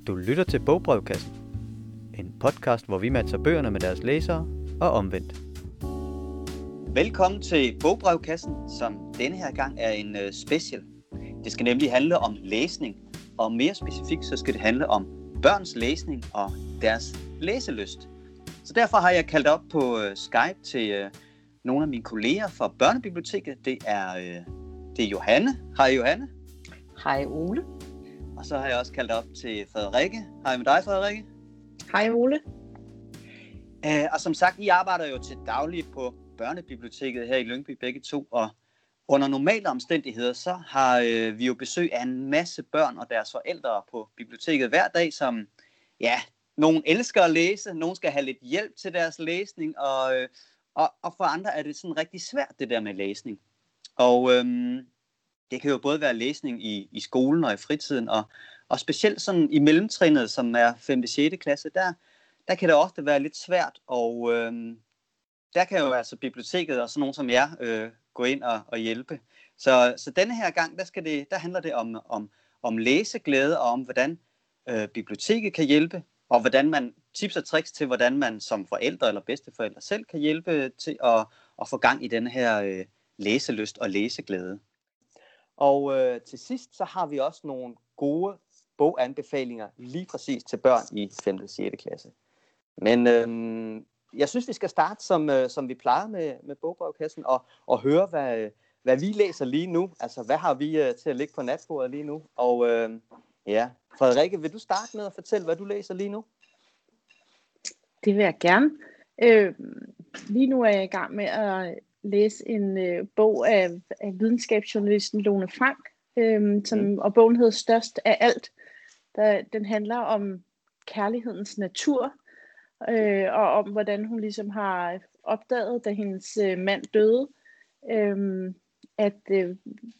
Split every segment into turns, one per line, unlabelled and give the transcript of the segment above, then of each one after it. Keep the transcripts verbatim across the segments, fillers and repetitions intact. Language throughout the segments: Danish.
Du lytter til Bogbrevkassen, en podcast, hvor vi matcher bøgerne med deres læsere og omvendt. Velkommen til Bogbrevkassen, som denne her gang er en uh, special. Det skal nemlig handle om læsning, og mere specifikt så skal det handle om børns læsning og deres læselyst. Så derfor har jeg kaldt op på uh, Skype til uh, nogle af mine kolleger fra Børnebiblioteket. Det er, uh, det er Johanne. Hej Johanne.
Hej Ole.
Og så har jeg også kaldt op til Frederikke. Hej med dig, Frederikke.
Hej Ole.
Uh, og som sagt, I arbejder jo til daglig på Børnebiblioteket her i Lyngby begge to, og under normale omstændigheder, så har uh, vi jo besøg af en masse børn og deres forældre på biblioteket hver dag, som, ja, nogen elsker at læse, nogen skal have lidt hjælp til deres læsning, og, uh, og, og for andre er det sådan rigtig svært, det der med læsning. Og um, det kan jo både være læsning i, i skolen og i fritiden, og, og specielt sådan i mellemtrinnet, som er femte og sjette klasse, der, der kan det ofte være lidt svært, og øhm, der kan jo altså biblioteket og sådan nogen som jer øh, gå ind og, og hjælpe. Så, så denne her gang, der, skal det, der handler det om, om, om læseglæde, og om hvordan øh, biblioteket kan hjælpe, og hvordan man tips og tricks til, hvordan man som forældre eller bedsteforældre selv kan hjælpe til at, at få gang i denne her øh, læselyst og læseglæde. Og øh, til sidst, så har vi også nogle gode boganbefalinger lige præcis til børn i femte og sjette klasse. Men øh, jeg synes, vi skal starte, som, øh, som vi plejer med, med Bogbrevkassen, og, og høre, hvad, hvad vi læser lige nu. Altså, hvad har vi øh, til at ligge på natbordet lige nu? Og øh, ja, Frederikke, vil du starte med at fortælle, hvad du læser lige nu?
Det vil jeg gerne. Øh, lige nu er jeg i gang med at læse en øh, bog af, af videnskabsjournalisten Lone Frank, øh, som, mm. og bogen hedder Størst af alt. Der, den handler om kærlighedens natur, øh, og om hvordan hun ligesom har opdaget, da hendes øh, mand døde, øh, at, øh,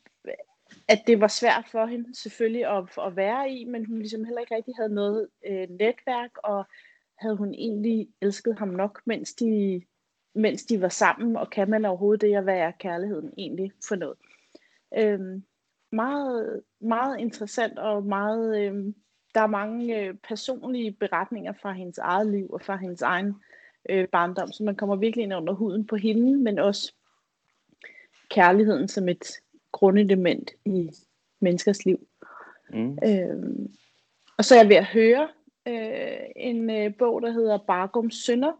at det var svært for hende selvfølgelig at, at være i, men hun ligesom heller ikke rigtig havde noget øh, netværk, og havde hun egentlig elsket ham nok, mens de mens de var sammen, og kan man overhovedet det, og hvad er kærligheden egentlig for noget. Øhm, meget, meget interessant, og meget, øhm, der er mange øh, personlige beretninger fra hendes eget liv, og fra hendes egen øh, barndom, så man kommer virkelig ind under huden på hende, men også kærligheden som et grundelement i menneskers liv. Mm. Øhm, og så er jeg ved at høre øh, en øh, bog, der hedder Bargums Synder,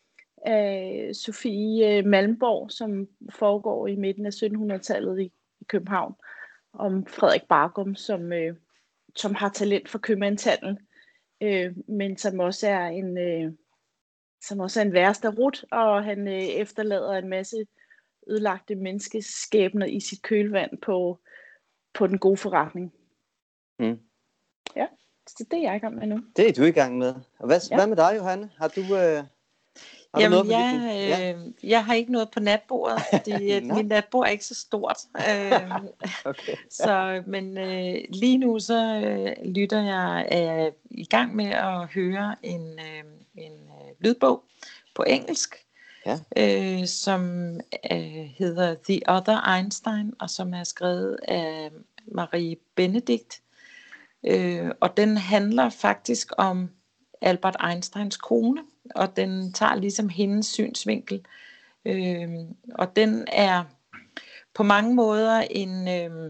af Sofie Malmborg, som foregår i midten af syttenhundredetallet i København, om Frederik Bargum, som, øh, som har talent for købmandshandel, øh, men som også er en øh, som også er en værste rut, og han øh, efterlader en masse ødelagte menneskeskæbner i sit kølvand på, på den gode forretning. Mm. Ja, så det er jeg i gang med nu.
Det er du i gang med. Og hvad, ja. Hvad med dig, Johanne? Har du... Øh
Jamen, jeg, øh, ja. jeg har ikke noget på natbordet, fordi min natbord er ikke så stort. Øh, okay. så, men øh, lige nu så øh, lytter jeg er i gang med at høre en, øh, en øh, lydbog på engelsk, ja. øh, som øh, hedder The Other Einstein, og som er skrevet af Marie Benedict. Øh, og den handler faktisk om Albert Einsteins kone, og den tager ligesom hendes synsvinkel. Øh, og den er på mange måder en, øh,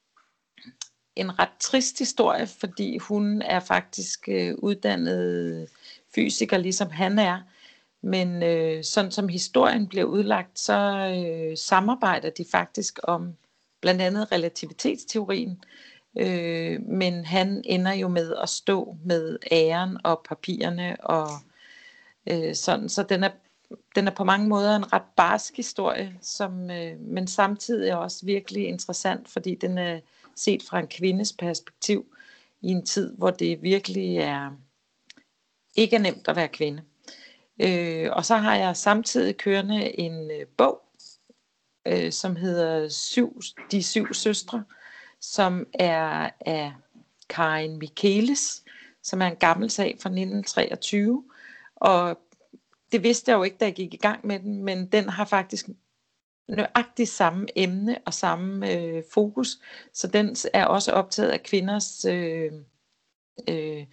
en ret trist historie, fordi hun er faktisk øh, uddannet fysiker, ligesom han er. Men øh, sådan som historien bliver udlagt, så øh, samarbejder de faktisk om blandt andet relativitetsteorien. Øh, men han ender jo med at stå med æren og papirerne og øh, sådan, så den er, den er på mange måder en ret barsk historie, som, øh, men samtidig også virkelig interessant, fordi den er set fra en kvindes perspektiv i en tid, hvor det virkelig er ikke er nemt at være kvinde. Øh, og så har jeg samtidig kørende en øh, bog, øh, som hedder syv, De syv søstre, som er af Karin Michaelis, som er en gammel sag fra nitten treogtyve, og det vidste jeg jo ikke, da jeg gik i gang med den, men den har faktisk nøjagtigt samme emne og samme øh, fokus, så den er også optaget af kvinders øh, øh,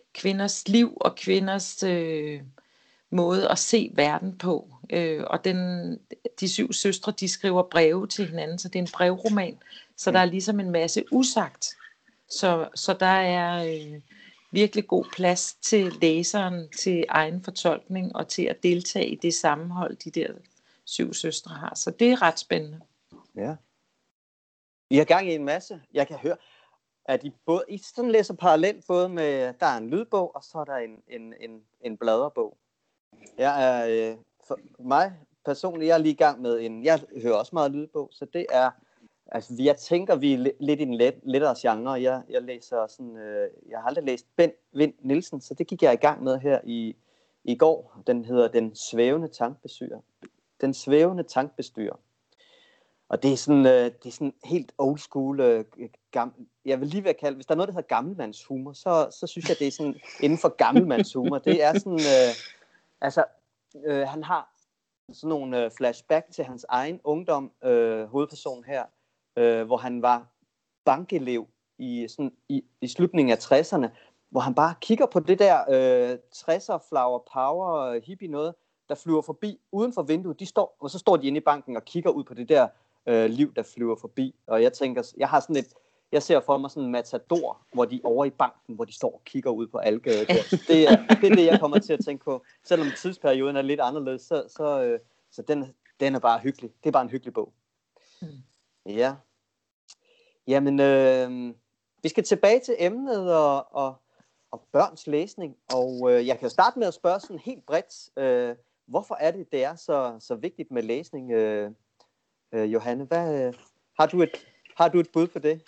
kvinders liv og kvinders øh, måde at se verden på. Øh, og den, de syv søstre, de skriver breve til hinanden, så det er en brevroman. Så der er ligesom en masse usagt. Så, så der er øh, virkelig god plads til læseren, til egen fortolkning og til at deltage i det sammenhold, de der syv søstre har. Så det er ret spændende.
Ja. I har gang i en masse. Jeg kan høre, at I, både, I sådan læser parallelt både med, der er en lydbog, og så er der en, en, en, en bladrebog. Jeg er, øh, for mig personligt, jeg er lige i gang med en, jeg hører også meget lydbog, så det er, altså jeg tænker, vi er lidt i en let, lettere genre. Jeg, jeg læser sådan, øh, jeg har aldrig læst Bent Vind Nielsen, så det gik jeg i gang med her i, i går. Den hedder Den svævende tankbestyrer. Den svævende tankbestyrer. Og det er sådan, øh, det er sådan helt old school, øh, gammel, jeg vil lige være kaldt, hvis der er noget, der hedder gammelmandshumor, så, så synes jeg, det er sådan inden for gammelmandshumor. Det er sådan, øh, altså, øh, han har sådan nogle øh, flashback til hans egen ungdom, øh, hovedperson her, øh, hvor han var bankelev i, sådan, i, i slutningen af tresserne, hvor han bare kigger på det der øh, tresser, flower power, hippie noget, der flyver forbi uden for vinduet. De står, og så står de inde i banken og kigger ud på det der øh, liv, der flyver forbi. Og jeg tænker, jeg har sådan et, jeg ser for mig sådan en matador, hvor de er over i banken, hvor de står og kigger ud på Algade der. Det er, det er det, jeg kommer til at tænke på. Selvom tidsperioden er lidt anderledes, så, så, øh, så den, den er bare hyggelig. Det er bare en hyggelig bog. Mm. Ja. Jamen, øh, vi skal tilbage til emnet og, og, og børns læsning. Og øh, jeg kan jo starte med at spørge sådan helt bredt, øh, hvorfor er det, det er så, så vigtigt med læsning, øh, øh, Johanne? Hvad, øh, har, du et, har du et bud på det?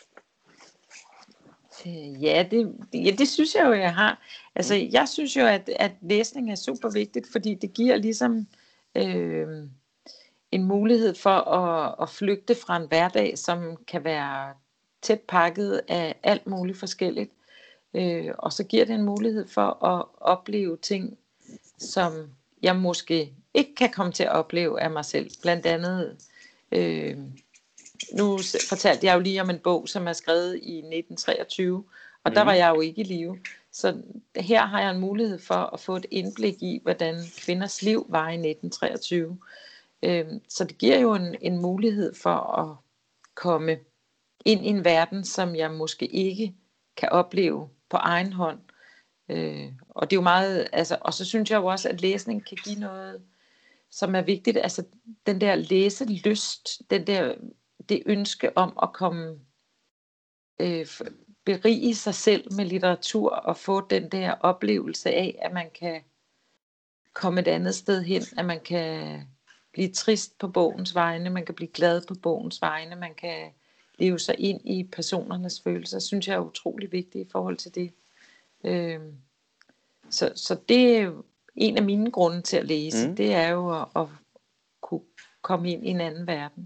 Ja, det, ja, det synes jeg jo, jeg har. Altså, jeg synes jo, at, at læsning er super vigtigt, fordi det giver ligesom øh, en mulighed for at, at flygte fra en hverdag, som kan være tæt pakket af alt muligt forskelligt. Øh, og så giver det en mulighed for at opleve ting, som jeg måske ikke kan komme til at opleve af mig selv. Blandt andet, øh, nu fortalte jeg jo lige om en bog, som er skrevet i nitten treogtyve, og mm. der var jeg jo ikke i live. Så her har jeg en mulighed for at få et indblik i, hvordan kvinders liv var i nitten treogtyve. Øh, så det giver jo en, en mulighed for at komme ind i en verden, som jeg måske ikke kan opleve på egen hånd. Øh, og det er jo meget, altså, og så synes jeg jo også, at læsning kan give noget, som er vigtigt, altså den der læselyst, den der, det ønske om at komme, øh, berige sig selv med litteratur, og få den der oplevelse af, at man kan komme et andet sted hen, at man kan blive trist på bogens vegne, man kan blive glad på bogens vegne, man kan leve sig ind i personernes følelser, synes jeg er utrolig vigtigt i forhold til det. Øh, så, så det er jo en af mine grunde til at læse, mm. det er jo at, at kunne komme ind i en anden verden.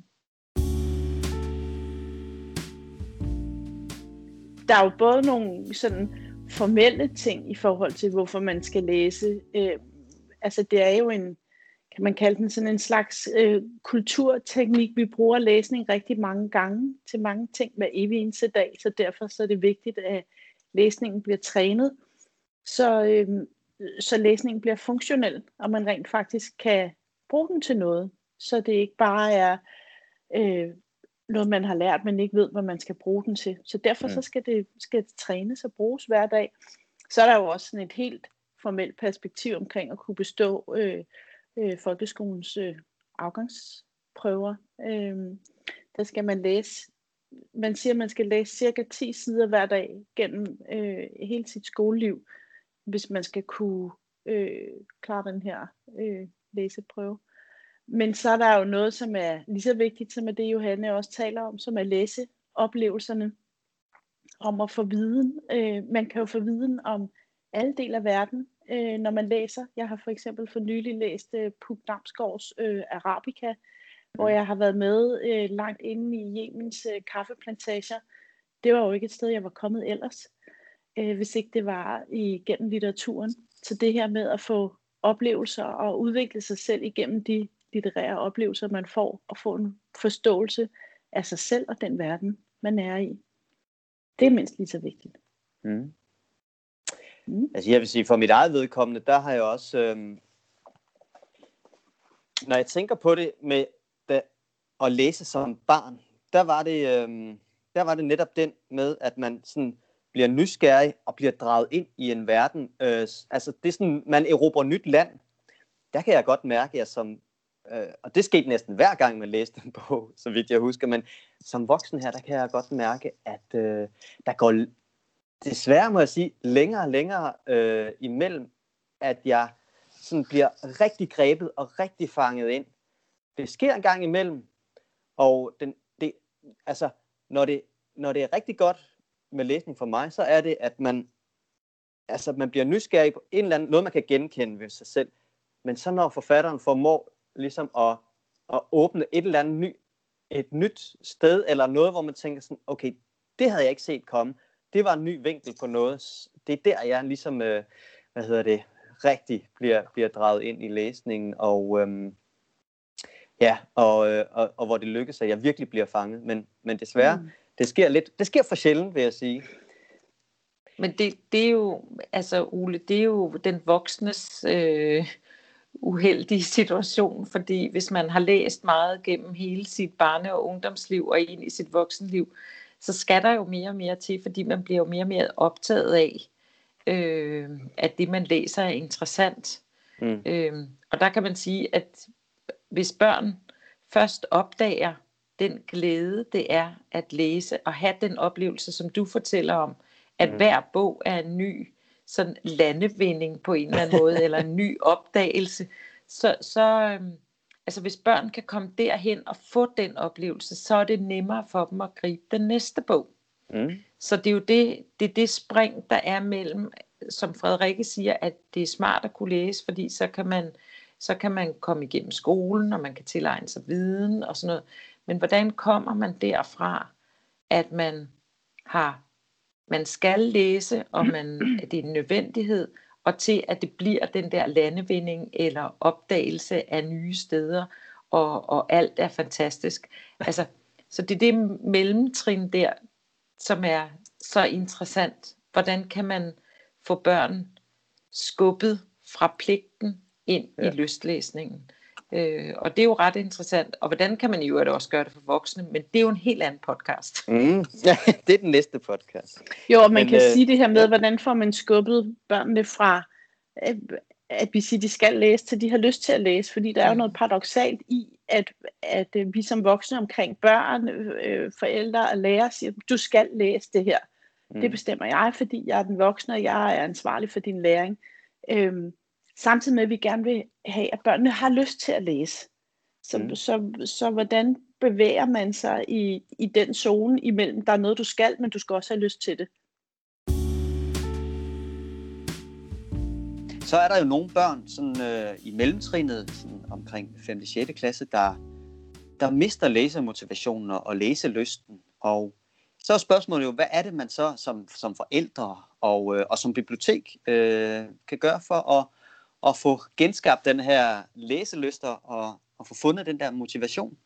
Der er jo både nogle sådan formelle ting i forhold til, hvorfor man skal læse. Øh, altså det er jo en, kan man kalde den sådan en slags øh, kulturteknik. Vi bruger læsning rigtig mange gange til mange ting hver evig eneste dag, så derfor så er det vigtigt, at læsningen bliver trænet, så, øh, så læsningen bliver funktionel, og man rent faktisk kan bruge den til noget, så det ikke bare er øh, noget, man har lært, men ikke ved, hvad man skal bruge den til. Så derfor mm. så skal, det, skal det trænes og bruges hver dag. Så er der jo også sådan et helt formelt perspektiv omkring at kunne bestå øh, øh, folkeskolens øh, afgangsprøver. Øh, der skal man læse, man siger, at man skal læse cirka ti sider hver dag gennem øh, hele sit skoleliv, hvis man skal kunne øh, klare den her øh, læseprøve. Men så er der jo noget, som er lige så vigtigt, som er det, Johanne også taler om, som er læseoplevelserne, om at få viden. Øh, man kan jo få viden om alle dele af verden, øh, når man læser. Jeg har for eksempel for nylig læst øh, Puk Damsgaards øh, Arabica, mm. hvor jeg har været med øh, langt inde i Yemens øh, kaffeplantager. Det var jo ikke et sted, jeg var kommet ellers, øh, hvis ikke det var igennem litteraturen. Så det her med at få oplevelser og udvikle sig selv igennem de litterære oplevelser, man får, og få en forståelse af sig selv og den verden, man er i. Det er mindst lige så vigtigt.
Mm. Mm. Altså jeg vil sige, for mit eget vedkommende, der har jeg også, øhm, når jeg tænker på det med da, at læse som barn, der var det, øhm, der var det netop den med, at man sådan bliver nysgerrig og bliver draget ind i en verden. Øh, altså det er sådan, man erobrer nyt land. Der kan jeg godt mærke, at jeg som, øh, og det skete næsten hver gang, man læste en bog, så vidt jeg husker, men som voksen her, der kan jeg godt mærke, at øh, der går, desværre må jeg sige, længere og længere øh, imellem, at jeg sådan bliver rigtig grebet og rigtig fanget ind. Det sker en gang imellem, og den, det, altså, når, det, når det er rigtig godt med læsning for mig, så er det, at man, altså, man bliver nysgerrig på en eller anden, noget, man kan genkende ved sig selv. Men så når forfatteren formår ligesom at, at åbne et eller andet ny, et nyt sted, eller noget, hvor man tænker sådan, okay, det havde jeg ikke set komme. Det var en ny vinkel på noget. Det er der, jeg ligesom, øh, hvad hedder det, rigtig bliver, bliver draget ind i læsningen, og øhm, ja, og, øh, og, og hvor det lykkes, at jeg virkelig bliver fanget. Men, men desværre, mm. det sker lidt, det sker for sjældent, vil jeg sige.
Men det, det er jo, altså Ole, det er jo den voksnes øh, uheldige situation, fordi hvis man har læst meget gennem hele sit barne- og ungdomsliv og ind i sit voksenliv, så skal der jo mere og mere til, fordi man bliver jo mere og mere optaget af, øh, at det man læser er interessant. Mm. Øh, og der kan man sige, at hvis børn først opdager den glæde, det er at læse og have den oplevelse, som du fortæller om, at mm. hver bog er en ny sådan landevinding på en eller anden måde, eller en ny opdagelse, så, så øhm, altså hvis børn kan komme derhen og få den oplevelse, så er det nemmere for dem at gribe den næste bog. Mm. Så det er jo det, det, er det spring, der er mellem, som Frederikke siger, at det er smart at kunne læse, fordi så kan man, så kan man komme igennem skolen, og man kan tilegne sig viden og sådan noget. Men hvordan kommer man derfra, at man har man skal læse, og man, at det er en nødvendighed, og til at det bliver den der landevinding eller opdagelse af nye steder, og, og alt er fantastisk. Altså, så det er det mellemtrin der, som er så interessant. Hvordan kan man få børn skubbet fra pligten ind ja. i lystlæsningen? Øh, og det er jo ret interessant. Og hvordan kan man jo også gøre det for voksne? Men det er jo en helt anden podcast.
Mm. Ja, det er den næste podcast.
Jo, og man men, kan øh, sige det her med, ja. hvordan får man skubbet børnene fra, at vi siger, de skal læse, til de har lyst til at læse. Fordi der er jo noget paradoksalt i, at, at vi som voksne omkring børn, øh, forældre og lærere siger, du skal læse det her. Mm. Det bestemmer jeg, fordi jeg er den voksne, og jeg er ansvarlig for din læring. Øhm, Samtidig med, at vi gerne vil have, at børnene har lyst til at læse. Så, mm. så, så, så hvordan bevæger man sig i, i den zone imellem, der er noget, du skal, men du skal også have lyst til det.
Så er der jo nogle børn sådan, øh, i mellemtrinet, sådan omkring femte og sjette klasse, der, der mister læsemotivationen og læselysten. Og så er spørgsmålet jo, hvad er det, man så som, som forældre og, øh, og som bibliotek øh, kan gøre for at og få genskabt den her læselyster og, og få fundet den der motivation?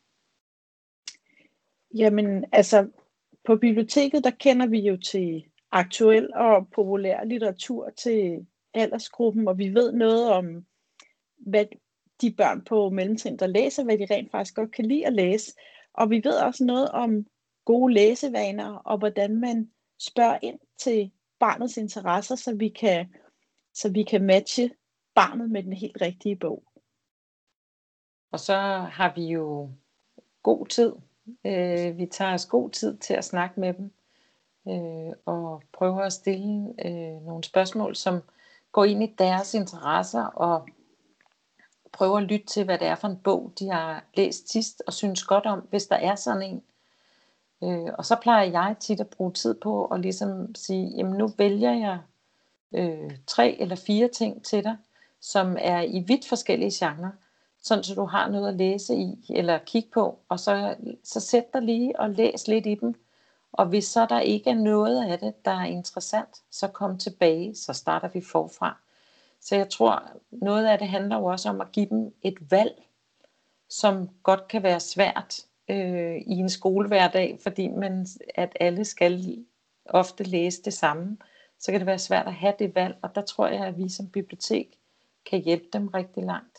Jamen, altså, på biblioteket, der kender vi jo til aktuel og populær litteratur til aldersgruppen, og vi ved noget om, hvad de børn på mellemtrin, der læser, hvad de rent faktisk godt kan lide at læse. Og vi ved også noget om gode læsevaner, og hvordan man spørger ind til barnets interesser, så vi kan, så vi kan matche barnet med den helt rigtige bog.
Og så har vi jo god tid. Øh, vi tager os god tid til at snakke med dem øh, og prøver at stille øh, nogle spørgsmål, som går ind i deres interesser og prøver at lytte til, hvad det er for en bog, de har læst sidst og synes godt om, hvis der er sådan en. Øh, og så plejer jeg tit at bruge tid på at ligesom sige, jamen nu vælger jeg øh, tre eller fire ting til dig, som er i vidt forskellige genrer, sådan så du har noget at læse i, eller kigge på, og så, så sæt dig lige og læs lidt i dem, og hvis så der ikke er noget af det, der er interessant, så kom tilbage, så starter vi forfra. Så jeg tror, noget af det handler jo også om at give dem et valg, som godt kan være svært øh, i en skolehverdag, fordi man, at alle skal ofte læse det samme. så kan det være svært at have det valg, og der tror jeg, at vi som bibliotek kan hjælpe dem rigtig langt.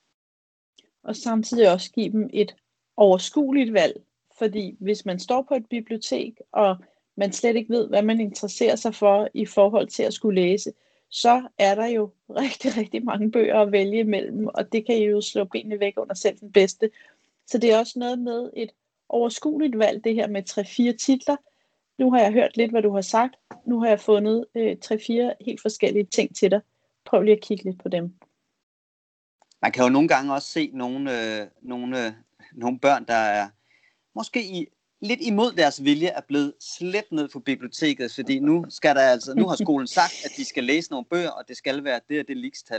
Og samtidig også give dem et overskueligt valg, fordi hvis man står på et bibliotek, og man slet ikke ved, hvad man interesserer sig for i forhold til at skulle læse, så er der jo rigtig, rigtig mange bøger at vælge imellem, og det kan jo slå benene væk under selv den bedste. Så det er også noget med et overskueligt valg, det her med tre-fire titler. Nu har jeg hørt lidt, hvad du har sagt. Nu har jeg fundet øh, tre-fire helt forskellige ting til dig. Prøv lige at kigge lidt på dem.
Man kan jo nogle gange også se nogle, øh, nogle, øh, nogle børn, der er måske i, lidt imod deres vilje, er blevet slæbt ned på biblioteket, fordi nu, skal der altså, nu har skolen sagt, at de skal læse nogle bøger, og det skal være det og det ligestal.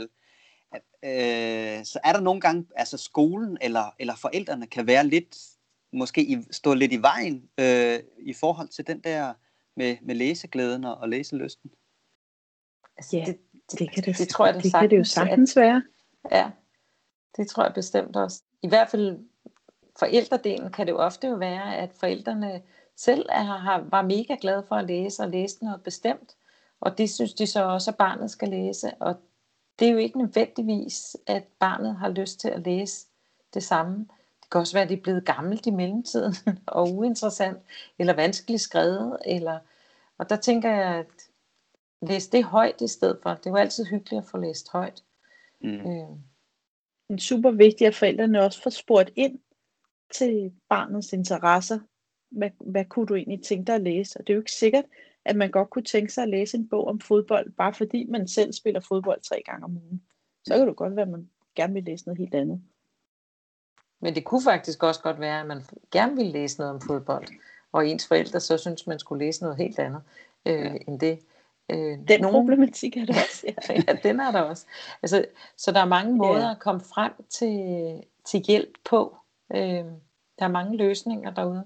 Øh, så er der nogle gange, altså skolen eller, eller forældrene kan være lidt, måske i, stå lidt i vejen øh, i forhold til den der med, med læseglæden og, og læselysten.
Altså, ja, det, det, det, kan det,
det tror jeg, det,
det, kan det jo sagtens være.
Ja, det tror jeg bestemt også. I hvert fald forældredelen kan det jo ofte jo være, at forældrene selv er, har, var mega glade for at læse og læse noget bestemt, og det synes de så også, at barnet skal læse, og det er jo ikke nødvendigvis, at barnet har lyst til at læse det samme. Det kan også være, at det er blevet gammelt i mellemtiden, og uinteressant, eller vanskeligt skrevet, eller... og der tænker jeg, at læse det højt i stedet for. Det er jo altid hyggeligt at få læst højt.
Mm.
Øh.
Det er super vigtigt, at forældrene også får spurgt ind til barnets interesser. Hvad, hvad kunne du egentlig tænke dig at læse? Og det er jo ikke sikkert, at man godt kunne tænke sig at læse en bog om fodbold, bare fordi man selv spiller fodbold tre gange om ugen. Så kan det godt være, at man gerne vil læse noget helt andet.
Men det kunne faktisk også godt være, at man gerne ville læse noget om fodbold, og ens forældre så synes, man skulle læse noget helt andet øh, ja. end det. Øh,
den nogen... problematik er der også.
Ja. ja, den er der også. Altså, så der er mange måder ja. at komme frem til, til hjælp på. Øh, der er mange løsninger derude.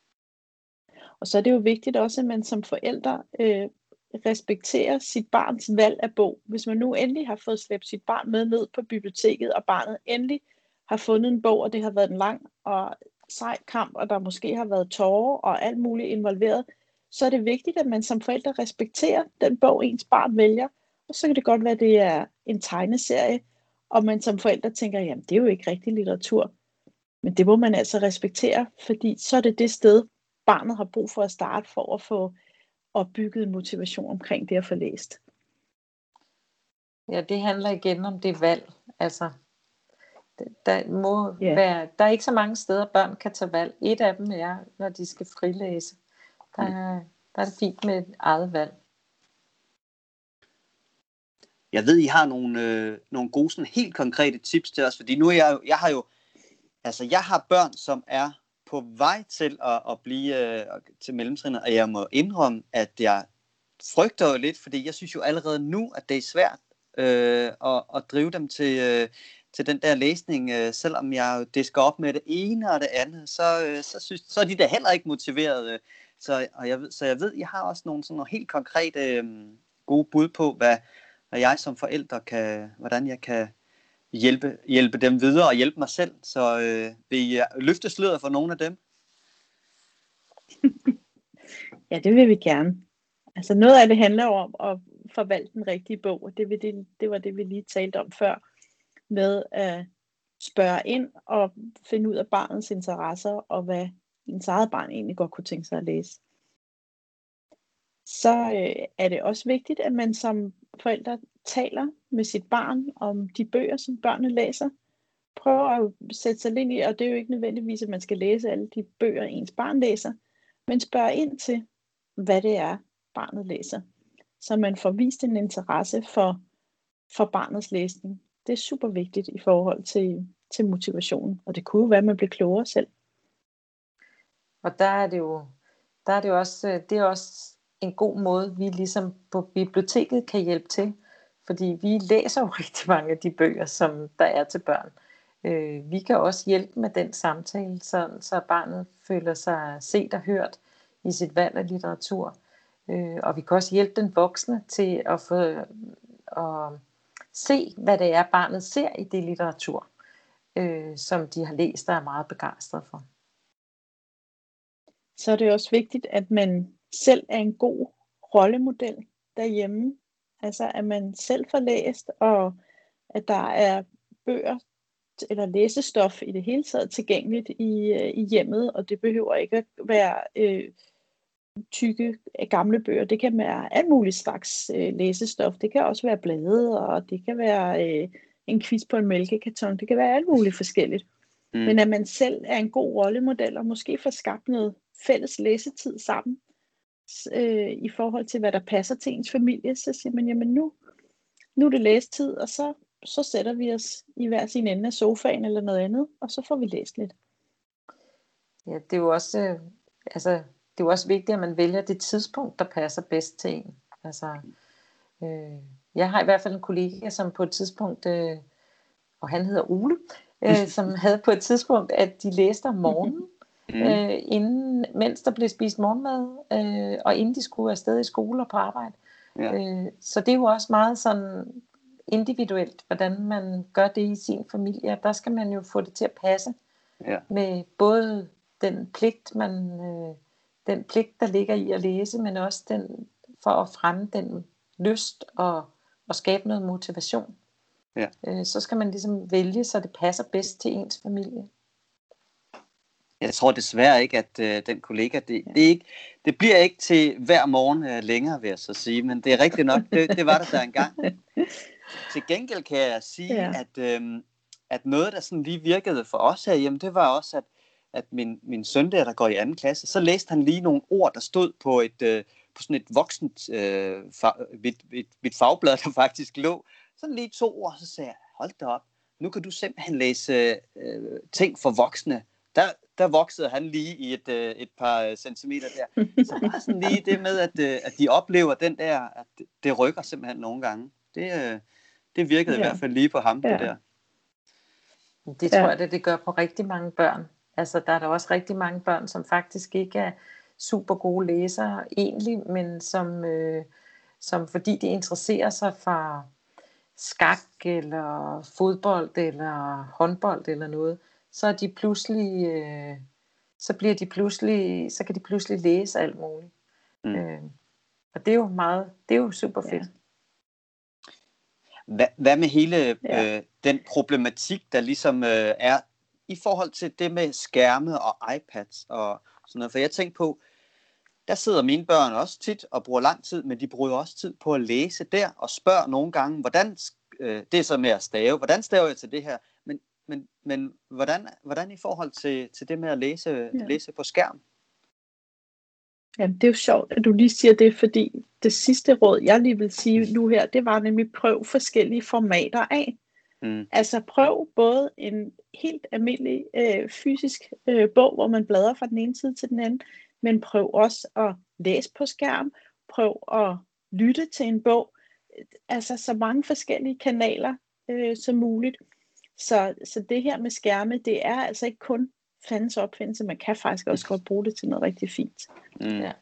Og så er det jo vigtigt også, at man som forældre øh, respekterer sit barns valg af bog. Hvis man nu endelig har fået slæbt sit barn med ned på biblioteket, og barnet endelig har fundet en bog, og det har været en lang og sej kamp, og der måske har været tårer og alt muligt involveret, så er det vigtigt, at man som forældre respekterer den bog, ens barn vælger. Og så kan det godt være, at det er en tegneserie, og man som forældre tænker, jamen det er jo ikke rigtig litteratur. Men det må man altså respektere, fordi så er det det sted, barnet har brug for at starte for at få opbygget en motivation omkring det at få læst.
Ja, det handler igen om det valg. Altså, der, må
yeah.
være, der er ikke så mange steder, børn kan tage valg. Et af dem er, når de skal frilæse. Der er, der er det fint med et eget valg.
Jeg ved, I har nogle, øh, nogle gode, sådan helt konkrete tips til os, fordi nu er jeg, jeg har jo, altså jeg har børn, som er på vej til at, at blive øh, til mellemtrinnet, og jeg må indrømme, at jeg frygter jo lidt, fordi jeg synes jo allerede nu, at det er svært øh, at, at drive dem til, øh, til den der læsning, øh, selvom jeg disker op med det ene og det andet, så, øh, så, synes, så er de da heller ikke motiveret. Øh, så, og jeg ved, så jeg ved, jeg har også nogle, sådan nogle helt konkrete øh, gode bud på, hvad, hvad jeg som forælder kan, hvordan jeg kan hjælpe, hjælpe dem videre og hjælpe mig selv. Så øh, vil I løfte sløret for nogle af dem?
Ja, det vil vi gerne. Altså noget af det handler om at forvalte den rigtige bog, og det, vil det, det var det, vi lige talte om før, med at spørge ind og finde ud af barnets interesser, og hvad ens eget barn egentlig godt kunne tænke sig at læse. Så øh, er det også vigtigt, at man som forældre taler med sit barn om de bøger, som børnene læser. Prøv at sætte sig ind i, og det er jo ikke nødvendigvis, at man skal læse alle de bøger, ens barn læser, men spørg ind til, hvad det er, barnet læser, så man får vist en interesse for, for barnets læsning. Det er super vigtigt i forhold til, til motivationen, og det kunne jo være, at man bliver klogere selv.
Og der er det jo, der er det jo også, det er også en god måde, vi ligesom på biblioteket kan hjælpe til, fordi vi læser jo rigtig mange af de bøger, som der er til børn. Øh, vi kan også hjælpe med den samtale, så, så barnet føler sig set og hørt i sit valg af litteratur. Øh, og vi kan også hjælpe den voksne til at få at se, hvad det er, barnet ser i det litteratur, øh, som de har læst og er meget begejstret for.
Så er det også vigtigt, at man selv er en god rollemodel derhjemme. Altså at man selv får læst, og at der er bøger eller læsestof i det hele taget tilgængeligt i, øh, i hjemmet, og det behøver ikke at være øh, tykke gamle bøger. Det kan være alt muligt slags øh, læsestof. Det kan også være blade, og det kan være øh, en quiz på en mælkekarton. Det kan være alt muligt forskelligt. Mm. Men at man selv er en god rollemodel, og måske får skabt noget fælles læsetid sammen, øh, i forhold til, hvad der passer til ens familie, så siger man, jamen nu, nu er det læsetid, og så, så sætter vi os i hver sin ende af sofaen eller noget andet, og så får vi læst lidt.
Ja, det er jo også, øh, altså, det er jo også vigtigt, at man vælger det tidspunkt, der passer bedst til en. Altså, øh, jeg har i hvert fald en kollega, som på et tidspunkt, øh, og han hedder Ole, øh, som havde på et tidspunkt, at de læste om morgenen, mm. øh, inden, mens der blev spist morgenmad, øh, og inden de skulle afsted i skole og på arbejde. Ja. Øh, så det er jo også meget sådan individuelt, hvordan man gør det i sin familie. Der skal man jo få det til at passe, ja. Med både den pligt, man, øh, den pligt, der ligger i at læse, men også den, for at fremme den lyst og, og skabe noget motivation. Ja. Øh, så skal man ligesom vælge, så det passer bedst til ens familie.
Jeg tror desværre ikke, at øh, den kollega, det, det, ikke, det bliver ikke til hver morgen øh, længere, vil jeg så sige, men det er rigtigt nok, det, det var der der engang. Til gengæld kan jeg sige, ja. at, øh, at noget, der sådan lige virkede for os herhjemme, det var også, at, at min, min søn der, der går i anden klasse, så læste han lige nogle ord, der stod på, et, øh, på sådan et voksent øh, fag, et, et, et fagblad, der faktisk lå. Sådan lige to ord, så sagde jeg, hold da op, nu kan du simpelthen læse øh, ting for voksne. Der, der voksede han lige i et, øh, et par centimeter der. Så bare sådan lige det med, at, øh, at de oplever den der, at det, det rykker simpelthen nogle gange. Det, øh, det virkede ja. I hvert fald lige på ham, ja. Det der.
Det tror ja. jeg, det, det gør på rigtig mange børn. Altså, der er der også rigtig mange børn, som faktisk ikke er super gode læsere egentlig, men som, øh, som fordi de interesserer sig for skak eller fodbold eller håndbold eller noget, så er de pludselig, øh, så bliver de pludselig, så kan de pludselig læse alt muligt. Mm. Øh, og det er jo meget, det er jo super fedt. Ja.
Hvad, hvad med hele ja. øh, den problematik, der ligesom øh, er i forhold til det med skærme og iPads og sådan noget? For jeg tænker på, der sidder mine børn også tit og bruger lang tid, men de bruger også tid på at læse der og spørger nogle gange, hvordan, øh, det er så med at stave, hvordan staver jeg til det her? Men, men, men hvordan, hvordan i forhold til, til det med at læse, ja. læse på skærm?
Jamen, det er jo sjovt, at du lige siger det, fordi det sidste råd, jeg lige vil sige nu her, det var nemlig prøv forskellige formater af. Mm. Altså prøv både en helt almindelig øh, fysisk øh, bog, hvor man bladrer fra den ene side til den anden, men prøv også at læse på skærm, prøv at lytte til en bog, altså så mange forskellige kanaler øh, som muligt. Så, så det her med skærme, det er altså ikke kun fandens opfindelse, man kan faktisk også godt bruge det til noget rigtig fint. Mm. Ja.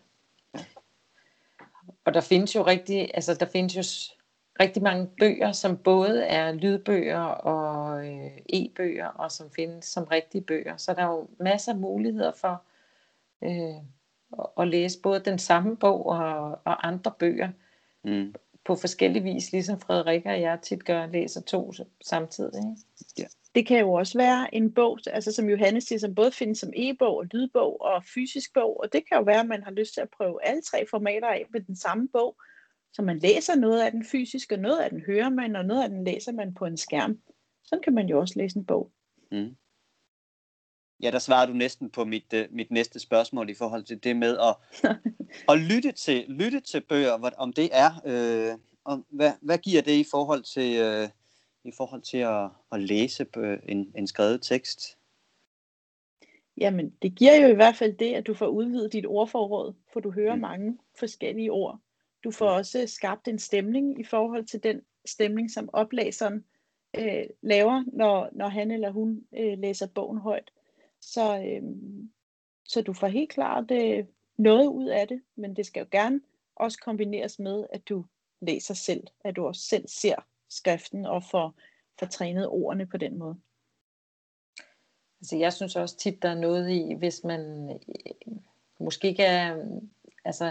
Og der findes jo rigtig, altså der findes jo rigtig mange bøger, som både er lydbøger og øh, e-bøger, og som findes som rigtige bøger. Så der er jo masser af muligheder for øh, at læse både den samme bog og, og andre bøger mm. på forskellige vis, ligesom Frederikke og jeg tit gør, læser to samtidig. Ikke?
Ja. Det kan jo også være en bog, altså som Johannes siger, som både findes som e-bog og lydbog og fysisk bog, og det kan jo være, at man har lyst til at prøve alle tre formater af med den samme bog, så man læser noget af den fysisk, og noget af den hører man, og noget af den læser man på en skærm. Sådan kan man jo også læse en bog. Mm.
Ja, der svarer du næsten på mit, uh, mit næste spørgsmål i forhold til det med at, at lytte, til, lytte til bøger, om det er, øh, og hvad, hvad giver det i forhold til... Øh, i forhold til at, at læse en, en skrevet tekst?
Jamen, det giver jo i hvert fald det, at du får udvidet dit ordforråd, for du hører mm. mange forskellige ord. Du får mm. også skabt en stemning i forhold til den stemning, som oplæseren øh, laver, når, når han eller hun øh, læser bogen højt. Så, øh, så du får helt klart øh, noget ud af det, men det skal jo gerne også kombineres med, at du læser selv, at du også selv ser skriften og får, får trænet ordene på den måde.
Altså jeg synes også tit, der er noget i, hvis man øh, måske ikke er, altså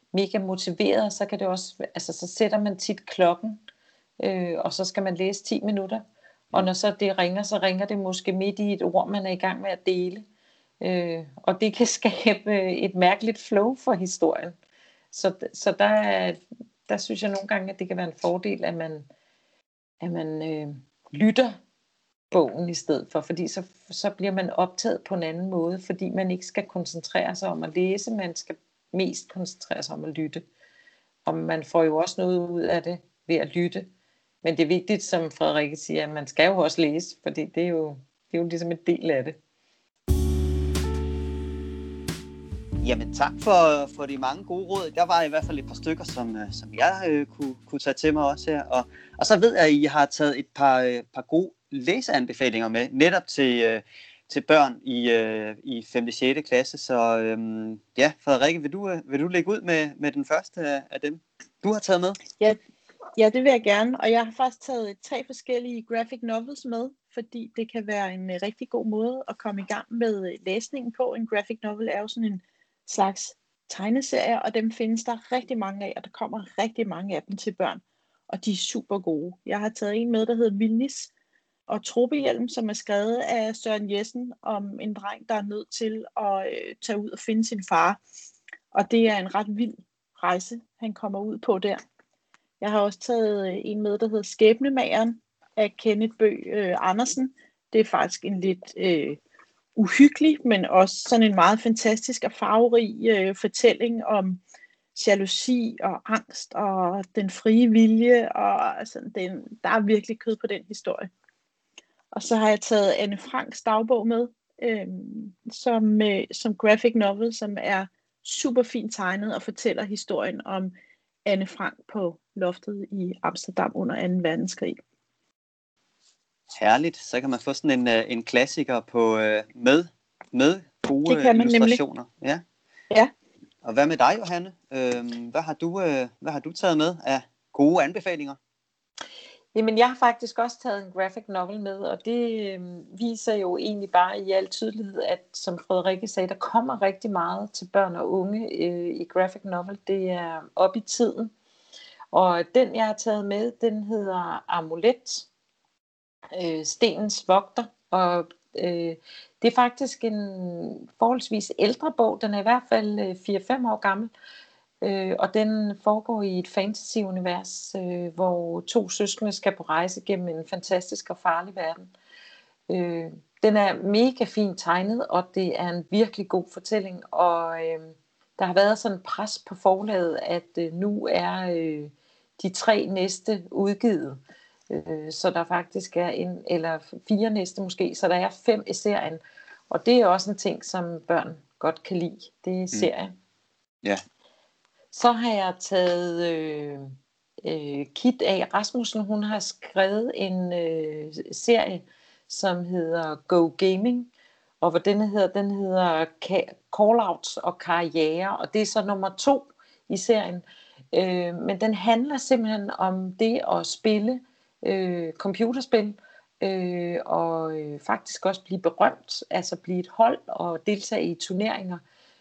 mega motiveret, så kan det også, altså så sætter man tit klokken, øh, og så skal man læse ti minutter. Og når så det ringer, så ringer det måske midt i et ord, man er i gang med at dele. Øh, og det kan skabe et mærkeligt flow for historien. Så, så der, der synes jeg nogle gange, at det kan være en fordel, at man, at man øh, lytter bogen i stedet for. Fordi så, så bliver man optaget på en anden måde, fordi man ikke skal koncentrere sig om at læse, man skal mest koncentrere sig om at lytte. Og man får jo også noget ud af det ved at lytte. Men det er vigtigt, som Frederikke siger, at man skal jo også læse, fordi det er jo, det er jo ligesom en del af det.
Jamen tak for, for de mange gode råd. Der var i hvert fald et par stykker, som, som jeg øh, kunne, kunne tage til mig også her. Og, og så ved jeg, at I har taget et par, øh, par gode læseanbefalinger med, netop til, øh, til børn i, øh, i femte og sjette klasse. Så øh, ja, Frederikke, vil du, øh, vil du lægge ud med, med den første af, af dem, du har taget med?
Ja, ja, det vil jeg gerne. Og jeg har faktisk taget tre forskellige graphic novels med, fordi det kan være en rigtig god måde at komme i gang med læsningen på. En graphic novel er jo sådan en slags tegneserier, og dem findes der rigtig mange af, og der kommer rigtig mange af dem til børn, og de er super gode. Jeg har taget en med, der hedder Vildnis og Tropehjelm, som er skrevet af Søren Jessen om en dreng, der er nødt til at øh, tage ud og finde sin far. Og det er en ret vild rejse, han kommer ud på der. Jeg har også taget en med, der hedder Skæbnemageren af Kenneth Bøgh øh, Andersen. Det er faktisk en lidt øh, uhyggelig, men også sådan en meget fantastisk og farverig øh, fortælling om jalousi og angst og den frie vilje. Og altså, den, der er virkelig kød på den historie. Og så har jeg taget Anne Franks dagbog med, øh, som, øh, som graphic novel, som er super fint tegnet og fortæller historien om Anne Frank på loftet i Amsterdam under anden verdenskrig.
Herligt, så kan man få sådan en, en klassiker på, med, med gode illustrationer. Ja.
Ja.
Og hvad med dig, Johanne? Hvad har du, hvad har du taget med af gode anbefalinger?
Jamen, jeg har faktisk også taget en graphic novel med, og det øh, viser jo egentlig bare i al tydelighed, at som Frederikke sagde, der kommer rigtig meget til børn og unge øh, i graphic novel. Det er op i tiden. Og den, jeg har taget med, den hedder Amulet, øh, Stenens Vogter, og øh, det er faktisk en forholdsvis ældre bog. Den er i hvert fald fire fem år gammel. Øh, og den foregår i et fantasy-univers, øh, hvor to søskende skal på rejse gennem en fantastisk og farlig verden. Øh, den er mega fint tegnet, og det er en virkelig god fortælling. Og øh, der har været sådan en pres på forlaget, at øh, nu er øh, de tre næste udgivet. Øh, så der faktisk er en, eller fire næste måske, så der er fem i serien. Og det er også en ting, som børn godt kan lide. Det er serien.
Ja. Mm. Yeah.
Så har jeg taget øh, øh, Kit A. Rasmussen. Hun har skrevet en øh, serie, som hedder Go Gaming. Og hvad den hedder, den hedder Call-outs og karriere. Og det er så nummer to i serien. Øh, men den handler simpelthen om det at spille øh, computerspil. Øh, og øh, faktisk også blive berømt. Altså blive et hold og deltage i turneringer.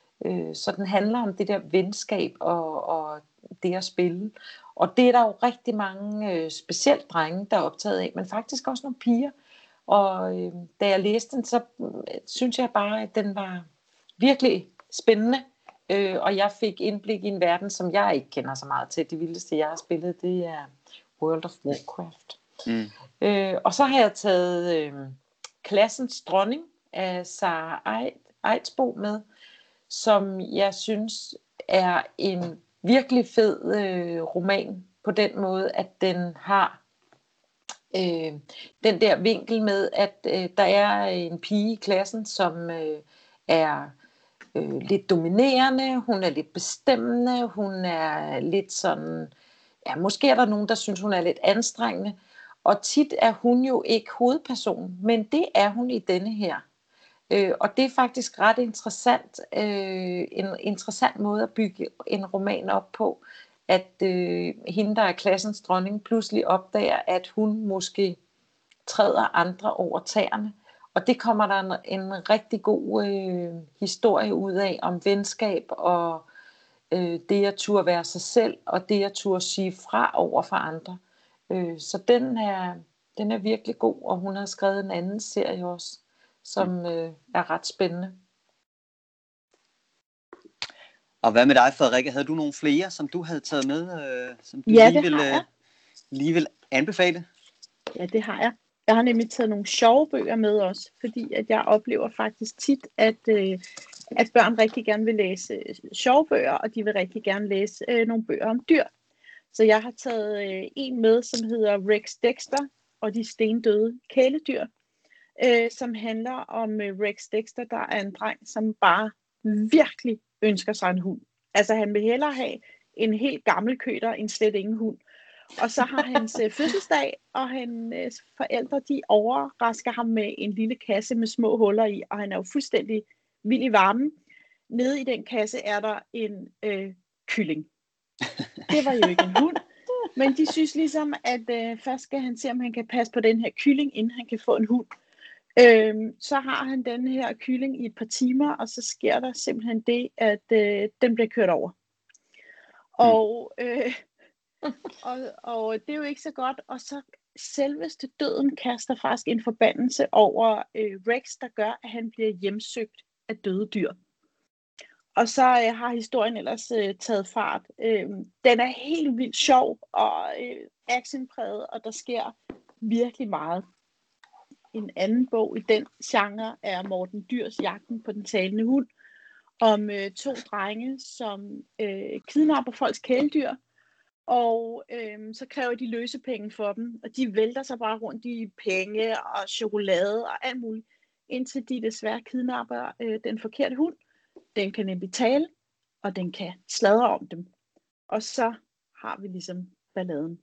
Så den handler om det der venskab og, og det at spille. Og det er der jo rigtig mange, øh, specielt drenge, der er optaget af, men faktisk også nogle piger. Og øh, da jeg læste den, så øh, synes jeg bare, at den var virkelig spændende. Øh, og jeg fik indblik i en verden, som jeg ikke kender så meget til. Det vildeste, jeg har spillet, det er World of Warcraft. Mm. Øh, og så har jeg taget øh, Klassens Dronning af Sara Eidsbo med, som jeg synes er en virkelig fed øh, roman på den måde, at den har øh, den der vinkel med, at øh, der er en pige i klassen, som øh, er øh, lidt dominerende, hun er lidt bestemmende, hun er lidt sådan, ja, måske er der nogen, der synes, hun er lidt anstrengende, og tit er hun jo ikke hovedperson, men det er hun i denne her. Øh, og det er faktisk ret interessant, øh, en interessant måde at bygge en roman op på, at øh, hende, der er klassens dronning, pludselig opdager, at hun måske træder andre over tæerne. Og det kommer der en, en rigtig god øh, historie ud af, om venskab og øh, det at turde være sig selv, og det at turde sige fra over for andre. Øh, så den er, den er virkelig god, og hun har skrevet en anden serie også, som øh, er ret spændende.
Og hvad med dig, Frederikke? Havde du nogle flere, som du havde taget med, øh, som du
ja,
lige,
det
vil,
har jeg.
lige vil anbefale?
Ja, det har jeg. Jeg har nemlig taget nogle sjove bøger med også, fordi at jeg oplever faktisk tit, at, øh, at børn rigtig gerne vil læse øh, sjove bøger, og de vil rigtig gerne læse øh, nogle bøger om dyr. Så jeg har taget øh, en med, som hedder Rex Dexter og de stendøde kæledyr, øh, som handler om øh, Rex Dexter, der er en dreng, som bare virkelig ønsker sig en hund. Altså han vil hellere have en helt gammel køter end slet ingen hund. Og så har hans øh, fødselsdag, og hans forældre, de overrasker ham med en lille kasse med små huller i, og han er jo fuldstændig vild i varmen. Nede i den kasse er der en øh, kylling. Det var jo ikke en hund, men de synes ligesom, at øh, først skal han se, om han kan passe på den her kylling, inden han kan få en hund. Øhm, så har han den her kylling i et par timer, og så sker der simpelthen det, at øh, den bliver kørt over. Og... Øh, Og, og det er jo ikke så godt, og så selveste døden kaster faktisk en forbandelse over øh, Rex, der gør, at han bliver hjemsøgt af døde dyr. Og så øh, har historien ellers øh, taget fart. Øh, den er helt vildt sjov og øh, actionpræget, og der sker virkelig meget. En anden bog i den genre er Morten Dyrs Jagten på den talende hund, om øh, to drenge, som øh, kidnapper folks kæledyr. Og øhm, så kræver de løsepenge for dem, og de vælter sig bare rundt i penge og chokolade og alt muligt, indtil de desværre kidnapper øh, den forkerte hund. Den kan nemlig tale, og den kan sladre om dem. Og så har vi ligesom balladen.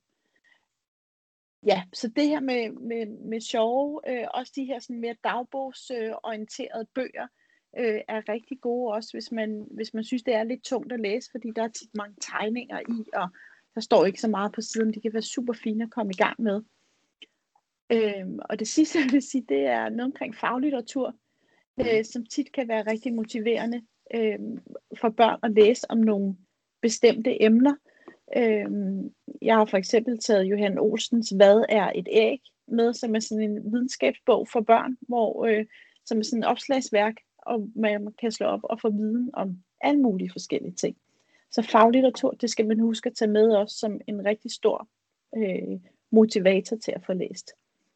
Ja, så det her med, med, med sjove, øh, også de her sådan mere dagbogsorienterede bøger, øh, er rigtig gode også, hvis man, hvis man synes, det er lidt tungt at læse, fordi der er tit mange tegninger i, og der står ikke så meget på siden. De kan være super fine at komme i gang med. Øhm, og det sidste, jeg vil sige, det er noget omkring faglitteratur, øh, som tit kan være rigtig motiverende øh, for børn at læse om nogle bestemte emner. Øh, jeg har for eksempel taget Johan Olsens Hvad er et æg med, som er sådan en videnskabsbog for børn, hvor, øh, som er sådan et opslagsværk, og man kan slå op og få viden om alle mulige forskellige ting. Så faglitteratur, det skal man huske at tage med også som en rigtig stor øh, motivator til at få læst.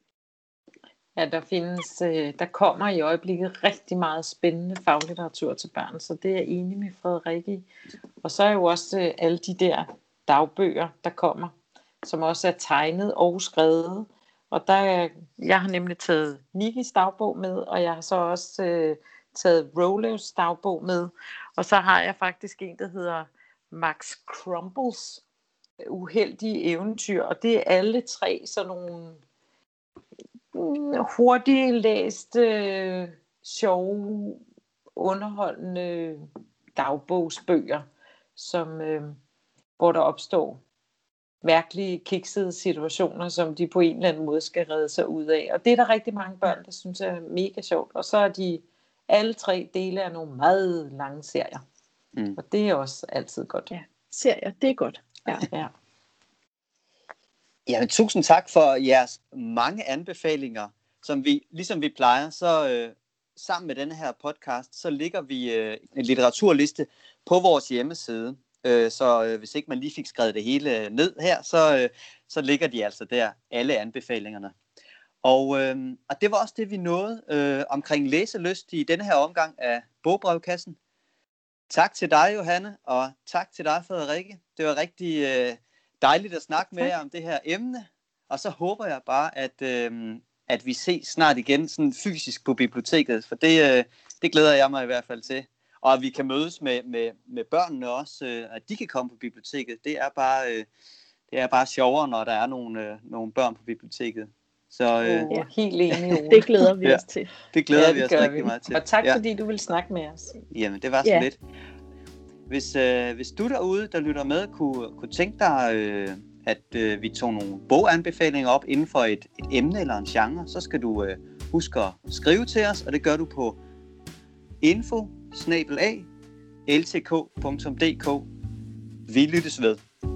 Ja, der findes, øh, der kommer i øjeblikket rigtig meget spændende faglitteratur til børn, så det er jeg enig med Frederikke i. Og så er jo også øh, alle de der dagbøger, der kommer, som også er tegnet og skrevet. Og der, jeg har nemlig taget Nikis dagbog med, og jeg har så også øh, taget Rolos dagbog med. Og så har jeg faktisk en, der hedder Max Crumbles uheldige eventyr, og det er alle tre sådan nogle hurtigt læste, sjove, underholdende dagbogsbøger, som, øh, hvor der opstår mærkelige, kiksede situationer, som de på en eller anden måde skal redde sig ud af. Og det er der rigtig mange børn, der synes er mega sjovt. Og så er de alle tre dele af nogle meget lange serier. Mm. Og det er også altid godt.
Ja, serier, det er godt. Ja.
Ja.
Jamen, tusind tak for jeres mange anbefalinger, som vi, ligesom vi plejer, så øh, sammen med denne her podcast, så ligger vi øh, en litteraturliste på vores hjemmeside. Øh, så øh, hvis ikke man lige fik skrevet det hele ned her, så, øh, så ligger de altså der, alle anbefalingerne. Og, øh, og det var også det, vi nåede øh, omkring læselyst i denne her omgang af Bogbrevkassen. Tak til dig, Johanne, og tak til dig, Frederikke. Det var rigtig øh, dejligt at snakke med jer om det her emne. Og så håber jeg bare, at, øh, at vi ses snart igen sådan fysisk på biblioteket, for det, øh, det glæder jeg mig i hvert fald til. Og at vi kan mødes med, med, med børnene også, øh, at de kan komme på biblioteket. Det er bare, øh, det er bare sjovere, når der er nogle, øh, nogle børn på biblioteket. Så, øh,
oh, helt enig.
Det glæder vi os til.
Ja, det glæder
ja,
vi os
vi.
rigtig meget til.
Og tak
ja.
fordi du ville snakke med os.
Jamen, det var så
ja.
lidt. Hvis, øh, hvis du derude, der lytter med, kunne, kunne tænke dig, øh, at øh, vi tog nogle boganbefalinger op inden for et, et emne eller en genre, så skal du øh, huske at skrive til os, og det gør du på info snabel-a l t k punktum d k. Vi lyttes ved.